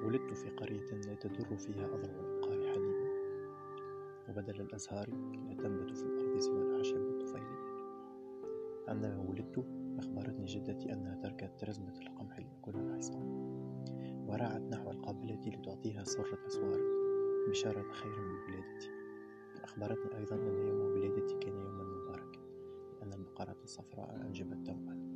ولدت في قرية لا تدر فيها أضرع الأبقار حليبا، وبدل الأزهار لا تنبت في الأرض سوى الأعشاب والطفيليات. عندما ولدت أخبرتني جدتي أنها تركت رزمة القمح ليأكلها الحصان، ورعت نحو القابلة لتعطيها سرة أسوار بشارة خير من ولادتي. أخبرتني أيضا أن يوم ولادتي كان يوما مباركا، لأن البقرة الصفراء أنجبت توأما.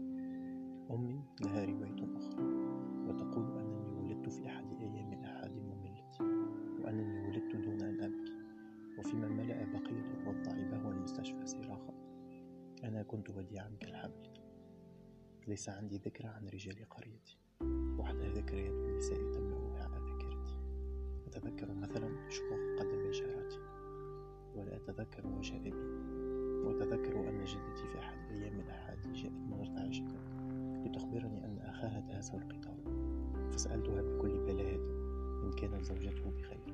أمي لها رواية أخرى، وتقول أنني ولدت في أحد أيام الأحد مملتي، وأنني ولدت دون أن أبكي، وفيما ملأ بقية الرضع بهو المستشفى صراخا. أنا كنت وديعا كالحبل. ليس عندي ذكرى عن رجال قريتي، وحدها ذكريات النساء تملأ وعاء ذاكرتي. أتذكر مثلا شقوق قدمي جارتي، ولا أتذكر وجه أبي. وأتذكر أن جدتي في أحد أيام الأحد جاءت مرتعشة لتخبرني أن أخاها دهسه القطار، فسألتها بكل بلاهة إن كانت زوجته بخير.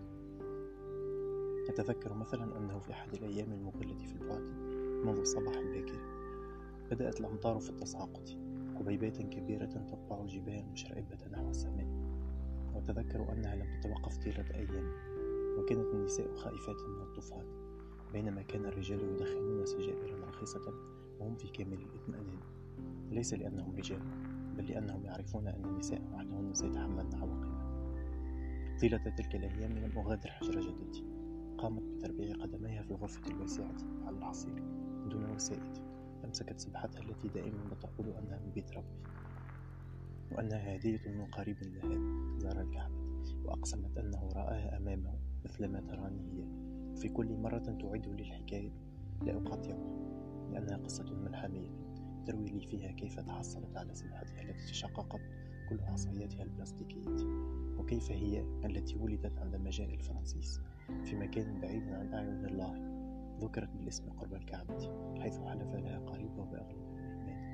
أتذكر مثلا أنه في أحد الأيام المقلة في البعد منذ الصباح الباكر بدأت الأمطار في التساقط، كبيبات كبيرة تطبع الجبال المشرئبة نحو السماء. وأتذكر أنها لم تتوقف طيلة أيام، وكانت النساء خائفات من الطوفان، بينما كان الرجال يدخنون سجائر رخيصة وهم في كامل الاطمئنان، ليس لأنهم رجال، بل لأنهم يعرفون أن النساء وحدهن سيتحملن عواقبها. طيلة تلك الأيام لم أغادر حجر جدتي. قامت بتربيع قدميها في الغرفة الواسعة على الحصير دون وسائد. أمسكت سبحتها التي دائما تقول أنها من بيت ربي، وأنها هدية من قريب لها زار الكعبة، وأقسمت أنه رآها أمامه مثلما تراني هي. وفي كل مرة تعيد لي الحكاية لا أقاطعها، لأنها قصة ملحمية تروي لي فيها كيف تحصلت على سبحتها التي تشققت كل عصاياتها البلاستيكية، وكيف هي التي ولدت عند مجاء الفرنسيس في مكان بعيد عن أعين الله ذكرت بالاسم قرب الكعبة، حيث حلف لها قريبه بأغلب الإيمان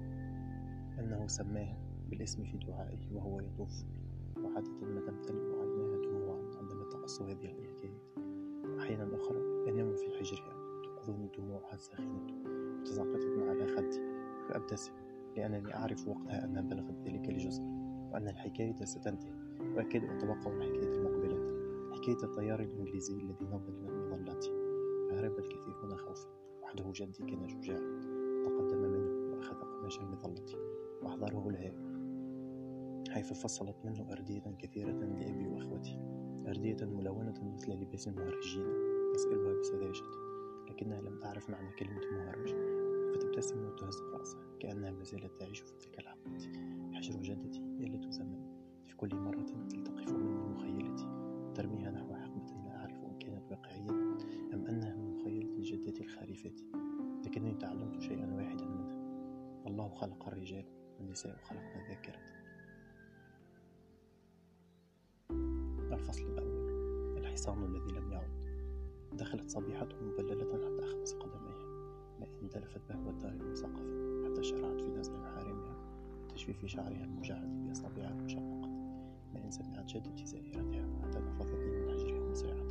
أنه سماها بالاسم في دعائه وهو يطوف. وعادة ما تمتلئ عيناها دموعا عندما تقص هذه الحكايات، وأحيانا أخرى أنام في حجرها تأخذني دموعها الساخنة متساقطة على خدي، فأبتسم لأنني أعرف وقتها أنها بلغت ذلك الجزء، وأن الحكاية ستنتهي. وأكاد أتوقع الحكاية المقبلة، حكاية الطيار الإنجليزي الذي نضل من مظلتي، فهرب الكثيرون خوفا. وحده جدي كان شجاعا، تقدم منه وأخذ قماش المظلة وأحضره الهائل، حيث فصلت منه أردية كثيرة لأبي وأخوتي، أردية ملونة مثل لباس المهرجين. أسألها بسذاجة، لكنها لم تعرف معنى كلمة مهرج، فتبتسم وتهز رأسها كأنها ما زالت تعيش في تلك الحقبة. حجر جدتي آلة زمن، في كل مرة تلتقف مني مخيلتي ترميها نحو حقبة لا أعرف إن كانت واقعية أم أنها من مخيلة جدتي الخريفة، لكنني تعلمت شيئا واحدا منها: الله خلق الرجال والنساء خلقنا الذاكرة. الفصل الأول: الحصان الذي لم يعد. دخلت صبيحة مبللة حتى أخمص قدميها، ماء دلفت بهو الدار المسقفة حتى شرعت في نزع محارمها وتجفيف شعرها المجعد بأصابعها المشققة، ماء سمعت جدتي زائرتها حتى نفضت لي من حجرها مسرعة